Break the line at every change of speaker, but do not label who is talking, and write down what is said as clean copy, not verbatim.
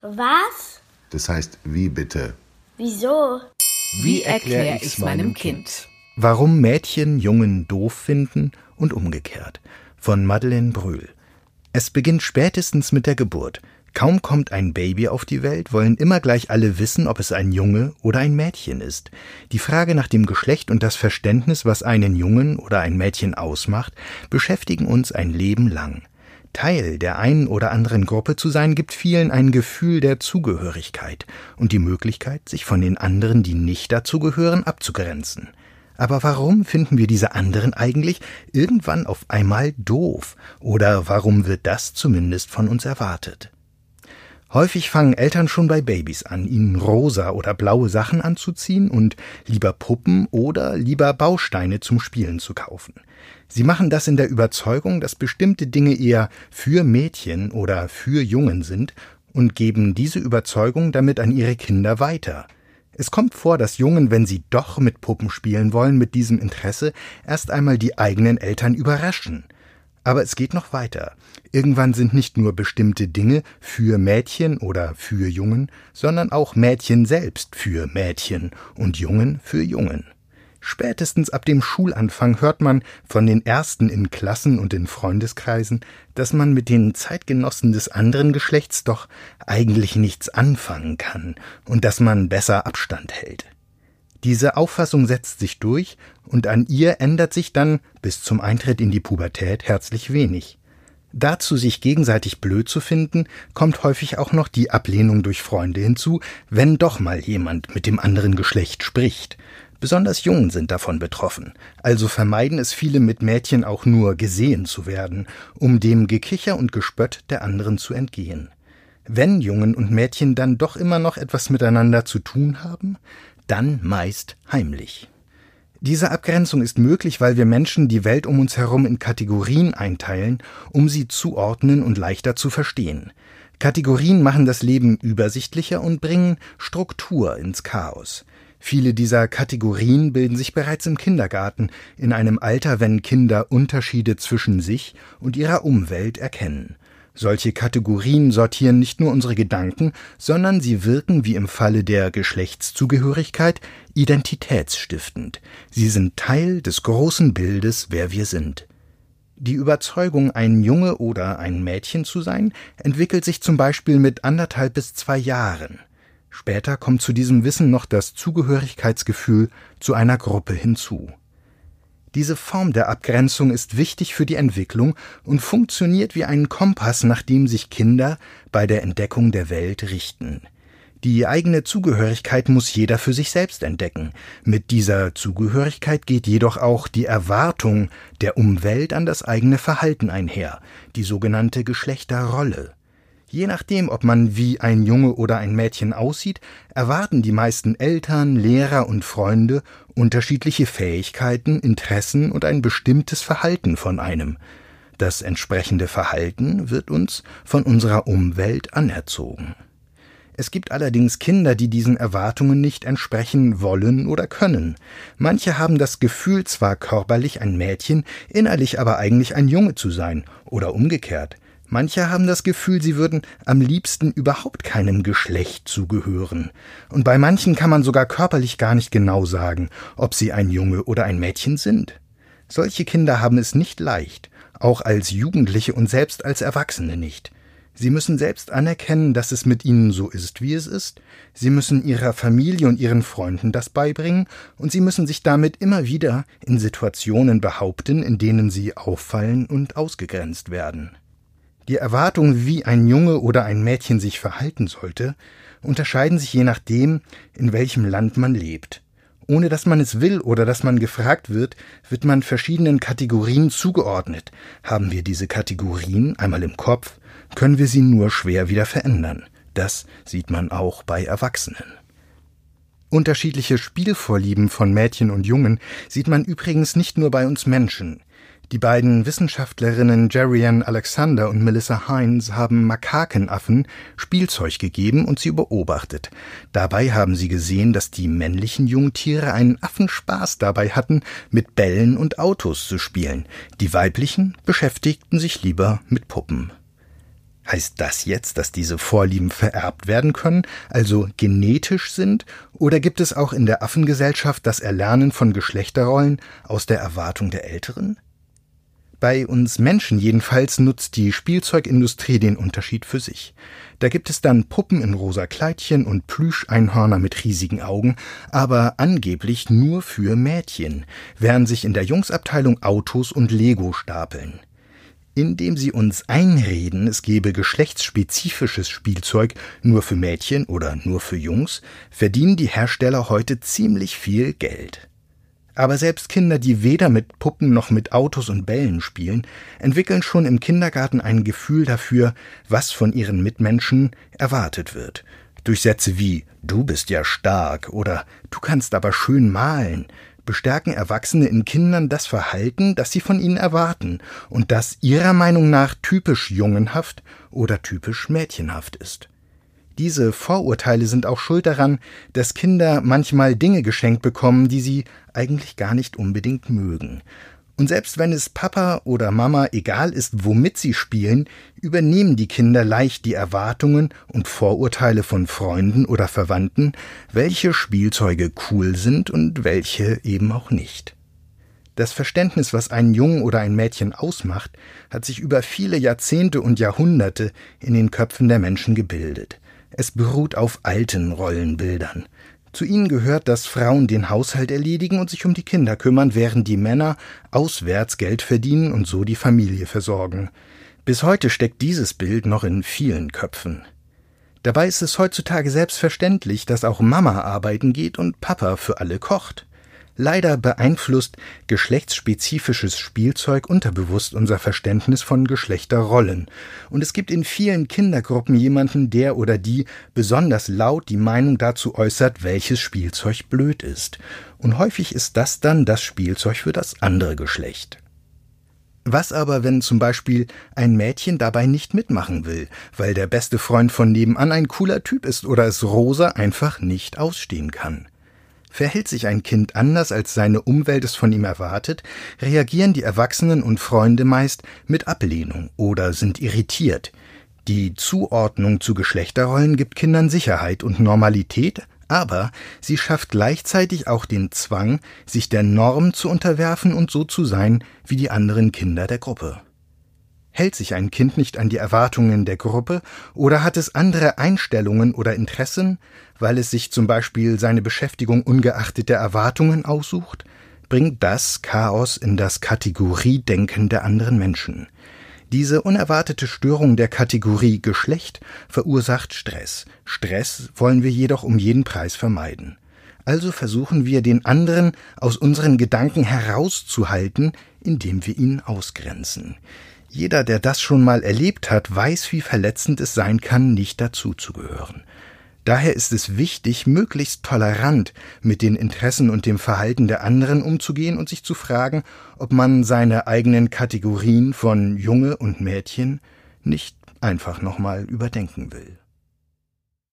Was?
Das heißt, wie bitte?
Wieso?
Wie erkläre ich's meinem Kind?
Warum Mädchen Jungen doof finden und umgekehrt. Von Madeleine Brühl. Es beginnt spätestens mit der Geburt. Kaum kommt ein Baby auf die Welt, wollen immer gleich alle wissen, ob es ein Junge oder ein Mädchen ist. Die Frage nach dem Geschlecht und das Verständnis, was einen Jungen oder ein Mädchen ausmacht, beschäftigen uns ein Leben lang. Teil der einen oder anderen Gruppe zu sein, gibt vielen ein Gefühl der Zugehörigkeit und die Möglichkeit, sich von den anderen, die nicht dazugehören, abzugrenzen. Aber warum finden wir diese anderen eigentlich irgendwann auf einmal doof? Oder warum wird das zumindest von uns erwartet? Häufig fangen Eltern schon bei Babys an, ihnen rosa oder blaue Sachen anzuziehen und lieber Puppen oder lieber Bausteine zum Spielen zu kaufen. Sie machen das in der Überzeugung, dass bestimmte Dinge eher für Mädchen oder für Jungen sind und geben diese Überzeugung damit an ihre Kinder weiter. Es kommt vor, dass Jungen, wenn sie doch mit Puppen spielen wollen, mit diesem Interesse erst einmal die eigenen Eltern überraschen. Aber es geht noch weiter. Irgendwann sind nicht nur bestimmte Dinge für Mädchen oder für Jungen, sondern auch Mädchen selbst für Mädchen und Jungen für Jungen. Spätestens ab dem Schulanfang hört man von den Ersten in Klassen und in Freundeskreisen, dass man mit den Zeitgenossen des anderen Geschlechts doch eigentlich nichts anfangen kann und dass man besser Abstand hält. Diese Auffassung setzt sich durch und an ihr ändert sich dann bis zum Eintritt in die Pubertät herzlich wenig. Dazu, sich gegenseitig blöd zu finden, kommt häufig auch noch die Ablehnung durch Freunde hinzu, wenn doch mal jemand mit dem anderen Geschlecht spricht. Besonders Jungen sind davon betroffen, also vermeiden es viele mit Mädchen auch nur gesehen zu werden, um dem Gekicher und Gespött der anderen zu entgehen. Wenn Jungen und Mädchen dann doch immer noch etwas miteinander zu tun haben, dann meist heimlich. Diese Abgrenzung ist möglich, weil wir Menschen die Welt um uns herum in Kategorien einteilen, um sie zuordnen und leichter zu verstehen. Kategorien machen das Leben übersichtlicher und bringen Struktur ins Chaos. Viele dieser Kategorien bilden sich bereits im Kindergarten, in einem Alter, wenn Kinder Unterschiede zwischen sich und ihrer Umwelt erkennen. Solche Kategorien sortieren nicht nur unsere Gedanken, sondern sie wirken, wie im Falle der Geschlechtszugehörigkeit, identitätsstiftend. Sie sind Teil des großen Bildes, wer wir sind. Die Überzeugung, ein Junge oder ein Mädchen zu sein, entwickelt sich zum Beispiel mit 1,5 bis 2 Jahren. Später kommt zu diesem Wissen noch das Zugehörigkeitsgefühl zu einer Gruppe hinzu. Diese Form der Abgrenzung ist wichtig für die Entwicklung und funktioniert wie ein Kompass, nach dem sich Kinder bei der Entdeckung der Welt richten. Die eigene Zugehörigkeit muss jeder für sich selbst entdecken. Mit dieser Zugehörigkeit geht jedoch auch die Erwartung der Umwelt an das eigene Verhalten einher, die sogenannte Geschlechterrolle. Je nachdem, ob man wie ein Junge oder ein Mädchen aussieht, erwarten die meisten Eltern, Lehrer und Freunde unterschiedliche Fähigkeiten, Interessen und ein bestimmtes Verhalten von einem. Das entsprechende Verhalten wird uns von unserer Umwelt anerzogen. Es gibt allerdings Kinder, die diesen Erwartungen nicht entsprechen wollen oder können. Manche haben das Gefühl, zwar körperlich ein Mädchen, innerlich aber eigentlich ein Junge zu sein, oder umgekehrt. Manche haben das Gefühl, sie würden am liebsten überhaupt keinem Geschlecht zugehören. Und bei manchen kann man sogar körperlich gar nicht genau sagen, ob sie ein Junge oder ein Mädchen sind. Solche Kinder haben es nicht leicht, auch als Jugendliche und selbst als Erwachsene nicht. Sie müssen selbst anerkennen, dass es mit ihnen so ist, wie es ist. Sie müssen ihrer Familie und ihren Freunden das beibringen und sie müssen sich damit immer wieder in Situationen behaupten, in denen sie auffallen und ausgegrenzt werden. Die Erwartungen, wie ein Junge oder ein Mädchen sich verhalten sollte, unterscheiden sich je nachdem, in welchem Land man lebt. Ohne dass man es will oder dass man gefragt wird, wird man verschiedenen Kategorien zugeordnet. Haben wir diese Kategorien einmal im Kopf, können wir sie nur schwer wieder verändern. Das sieht man auch bei Erwachsenen. Unterschiedliche Spielvorlieben von Mädchen und Jungen sieht man übrigens nicht nur bei uns Menschen. Die beiden Wissenschaftlerinnen Gerianne Alexander und Melissa Hines haben Makakenaffen Spielzeug gegeben und sie beobachtet. Dabei haben sie gesehen, dass die männlichen Jungtiere einen Affenspaß dabei hatten, mit Bällen und Autos zu spielen. Die weiblichen beschäftigten sich lieber mit Puppen. Heißt das jetzt, dass diese Vorlieben vererbt werden können, also genetisch sind, oder gibt es auch in der Affengesellschaft das Erlernen von Geschlechterrollen aus der Erwartung der Älteren? Bei uns Menschen jedenfalls nutzt die Spielzeugindustrie den Unterschied für sich. Da gibt es dann Puppen in rosa Kleidchen und Plüscheinhörner mit riesigen Augen, aber angeblich nur für Mädchen, während sich in der Jungsabteilung Autos und Lego stapeln. Indem sie uns einreden, es gebe geschlechtsspezifisches Spielzeug nur für Mädchen oder nur für Jungs, verdienen die Hersteller heute ziemlich viel Geld. Aber selbst Kinder, die weder mit Puppen noch mit Autos und Bällen spielen, entwickeln schon im Kindergarten ein Gefühl dafür, was von ihren Mitmenschen erwartet wird. Durch Sätze wie »Du bist ja stark« oder »Du kannst aber schön malen« bestärken Erwachsene in Kindern das Verhalten, das sie von ihnen erwarten und das ihrer Meinung nach typisch jungenhaft oder typisch mädchenhaft ist. Diese Vorurteile sind auch schuld daran, dass Kinder manchmal Dinge geschenkt bekommen, die sie eigentlich gar nicht unbedingt mögen. Und selbst wenn es Papa oder Mama egal ist, womit sie spielen, übernehmen die Kinder leicht die Erwartungen und Vorurteile von Freunden oder Verwandten, welche Spielzeuge cool sind und welche eben auch nicht. Das Verständnis, was einen Jungen oder ein Mädchen ausmacht, hat sich über viele Jahrzehnte und Jahrhunderte in den Köpfen der Menschen gebildet. Es beruht auf alten Rollenbildern. Zu ihnen gehört, dass Frauen den Haushalt erledigen und sich um die Kinder kümmern, während die Männer auswärts Geld verdienen und so die Familie versorgen. Bis heute steckt dieses Bild noch in vielen Köpfen. Dabei ist es heutzutage selbstverständlich, dass auch Mama arbeiten geht und Papa für alle kocht. Leider beeinflusst geschlechtsspezifisches Spielzeug unterbewusst unser Verständnis von Geschlechterrollen. Und es gibt in vielen Kindergruppen jemanden, der oder die besonders laut die Meinung dazu äußert, welches Spielzeug blöd ist. Und häufig ist das dann das Spielzeug für das andere Geschlecht. Was aber, wenn zum Beispiel ein Mädchen dabei nicht mitmachen will, weil der beste Freund von nebenan ein cooler Typ ist oder es Rosa einfach nicht ausstehen kann? Verhält sich ein Kind anders, als seine Umwelt es von ihm erwartet, reagieren die Erwachsenen und Freunde meist mit Ablehnung oder sind irritiert. Die Zuordnung zu Geschlechterrollen gibt Kindern Sicherheit und Normalität, aber sie schafft gleichzeitig auch den Zwang, sich der Norm zu unterwerfen und so zu sein wie die anderen Kinder der Gruppe. Hält sich ein Kind nicht an die Erwartungen der Gruppe oder hat es andere Einstellungen oder Interessen, weil es sich zum Beispiel seine Beschäftigung ungeachtet der Erwartungen aussucht, bringt das Chaos in das Kategoriedenken der anderen Menschen. Diese unerwartete Störung der Kategorie Geschlecht verursacht Stress. Stress wollen wir jedoch um jeden Preis vermeiden. Also versuchen wir, den anderen aus unseren Gedanken herauszuhalten, indem wir ihn ausgrenzen. Jeder, der das schon mal erlebt hat, weiß, wie verletzend es sein kann, nicht dazuzugehören. Daher ist es wichtig, möglichst tolerant mit den Interessen und dem Verhalten der anderen umzugehen und sich zu fragen, ob man seine eigenen Kategorien von Junge und Mädchen nicht einfach nochmal überdenken will.